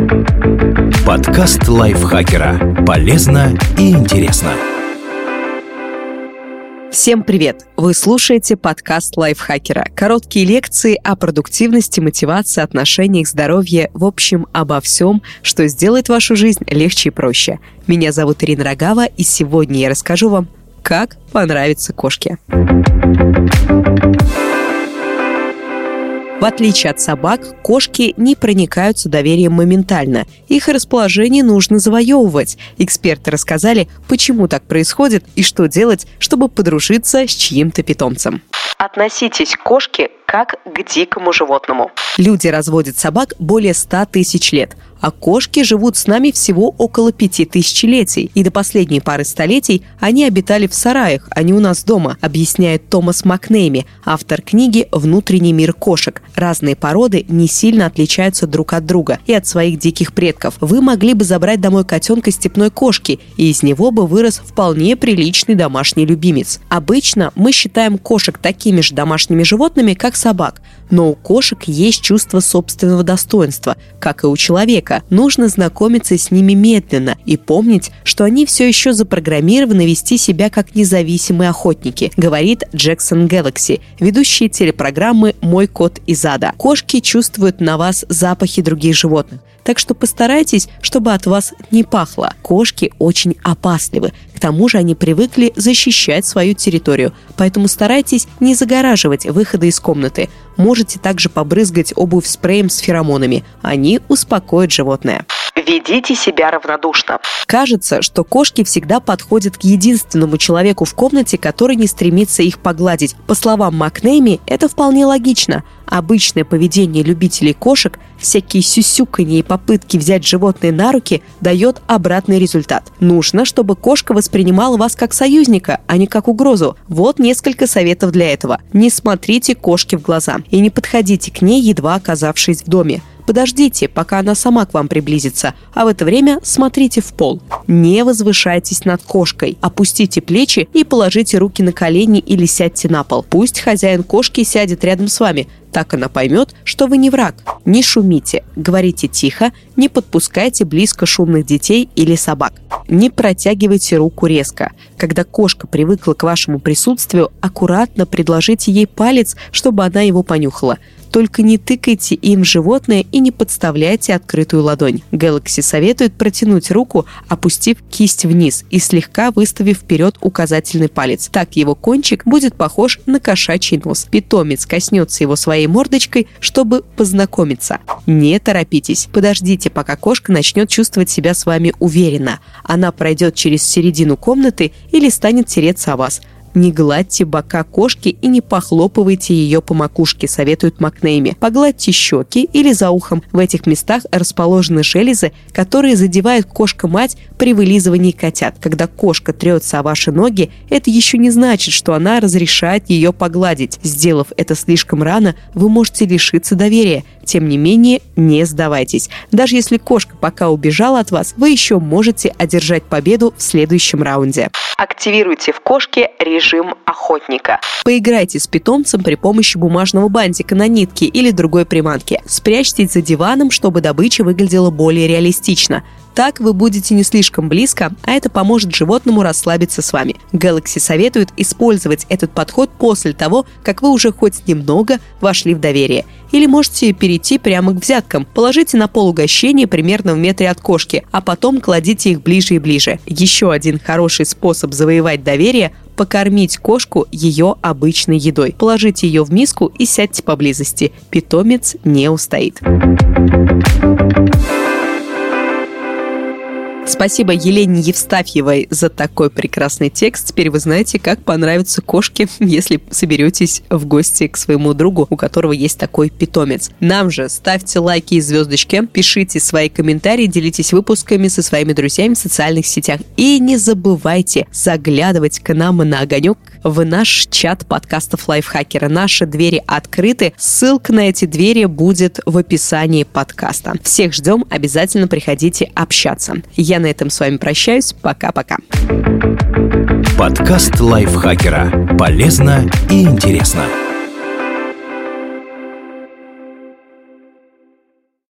Подкаст лайфхакера. Полезно и интересно. Всем привет! Вы слушаете подкаст лайфхакера. Короткие лекции о продуктивности, мотивации, отношениях, здоровье, в общем, обо всем, что сделает вашу жизнь легче и проще. Меня зовут Ирина Рогава, и сегодня я расскажу вам, как понравиться кошке. В отличие от собак, кошки не проникаются доверием моментально. Их расположение нужно завоевывать. Эксперты рассказали, почему так происходит и что делать, чтобы подружиться с чьим-то питомцем. Относитесь к кошке как к дикому животному. Люди разводят собак более 100 тысяч лет, а кошки живут с нами всего около 5 тысячелетий. И до последней пары столетий они обитали в сараях, а не у нас дома, объясняет Томас Макнейми, автор книги «Внутренний мир кошек». Разные породы не сильно отличаются друг от друга и от своих диких предков. Вы могли бы забрать домой котенка степной кошки, и из него бы вырос вполне приличный домашний любимец. Обычно мы считаем кошек такими же домашними животными, как собак. Но у кошек есть чувство собственного достоинства, как и у человека. Нужно знакомиться с ними медленно и помнить, что они все еще запрограммированы вести себя как независимые охотники, говорит Джексон Гэлакси, ведущий телепрограммы «Мой кот из ада». Кошки чувствуют на вас запахи других животных. Так что постарайтесь, чтобы от вас не пахло. Кошки очень опасливы. К тому же они привыкли защищать свою территорию. Поэтому старайтесь не загораживать выходы из комнаты. Можете также побрызгать обувь спреем с феромонами. Они успокоят животное. Ведите себя равнодушно. Кажется, что кошки всегда подходят к единственному человеку в комнате, который не стремится их погладить. По словам Макнейми, это вполне логично. Обычное поведение любителей кошек, всякие сюсюканье и попытки взять животное на руки, дает обратный результат. Нужно, чтобы кошка воспринимала вас как союзника, а не как угрозу. Вот несколько советов для этого. Не смотрите кошке в глаза и не подходите к ней, едва оказавшись в доме. Подождите, пока она сама к вам приблизится, а в это время смотрите в пол. Не возвышайтесь над кошкой. Опустите плечи и положите руки на колени или сядьте на пол. Пусть хозяин кошки сядет рядом с вами. Так она поймет, что вы не враг. Не шумите, говорите тихо, не подпускайте близко шумных детей или собак. Не протягивайте руку резко. Когда кошка привыкла к вашему присутствию, аккуратно предложите ей палец, чтобы она его понюхала. Только не тыкайте им в животное и не подставляйте открытую ладонь. Гэлакси советует протянуть руку, опустив кисть вниз и слегка выставив вперед указательный палец. Так его кончик будет похож на кошачий нос. Питомец коснется его своей мордочкой, чтобы познакомиться. Не торопитесь. Подождите, пока кошка начнет чувствовать себя с вами уверенно. Она пройдет через середину комнаты или станет тереться о вас. Не гладьте бока кошки и не похлопывайте ее по макушке, советует Макнейми. Погладьте щеки или за ухом. В этих местах расположены железы, которые задевают кошка-мать при вылизывании котят. Когда кошка трется о ваши ноги, это еще не значит, что она разрешает ее погладить. Сделав это слишком рано, вы можете лишиться доверия. Тем не менее, не сдавайтесь. Даже если кошка пока убежала от вас, вы еще можете одержать победу в следующем раунде. Активируйте в кошке режим охотника. Поиграйте с питомцем при помощи бумажного бантика на нитке или другой приманки. Спрячьтесь за диваном, чтобы добыча выглядела более реалистично. Так вы будете не слишком близко, а это поможет животному расслабиться с вами. Гэлакси советует использовать этот подход после того, как вы уже хоть немного вошли в доверие. Или можете перейти прямо к взяткам. Положите на пол угощения примерно в метре от кошки, а потом кладите их ближе и ближе. Еще один хороший способ завоевать доверие – покормить кошку ее обычной едой. Положите ее в миску и сядьте поблизости. Питомец не устоит. Спасибо Елене Евстафьевой за такой прекрасный текст. Теперь вы знаете, как понравятся кошки, если соберетесь в гости к своему другу, у которого есть такой питомец. Нам же ставьте лайки и звездочки, пишите свои комментарии, делитесь выпусками со своими друзьями в социальных сетях. И не забывайте заглядывать к нам на огонек в наш чат подкастов Лайфхакера. Наши двери открыты. Ссылка на эти двери будет в описании подкаста. Всех ждем, обязательно приходите общаться. Я на этом с вами прощаюсь. Пока-пока. Подкаст Лайфхакера. Полезно и интересно.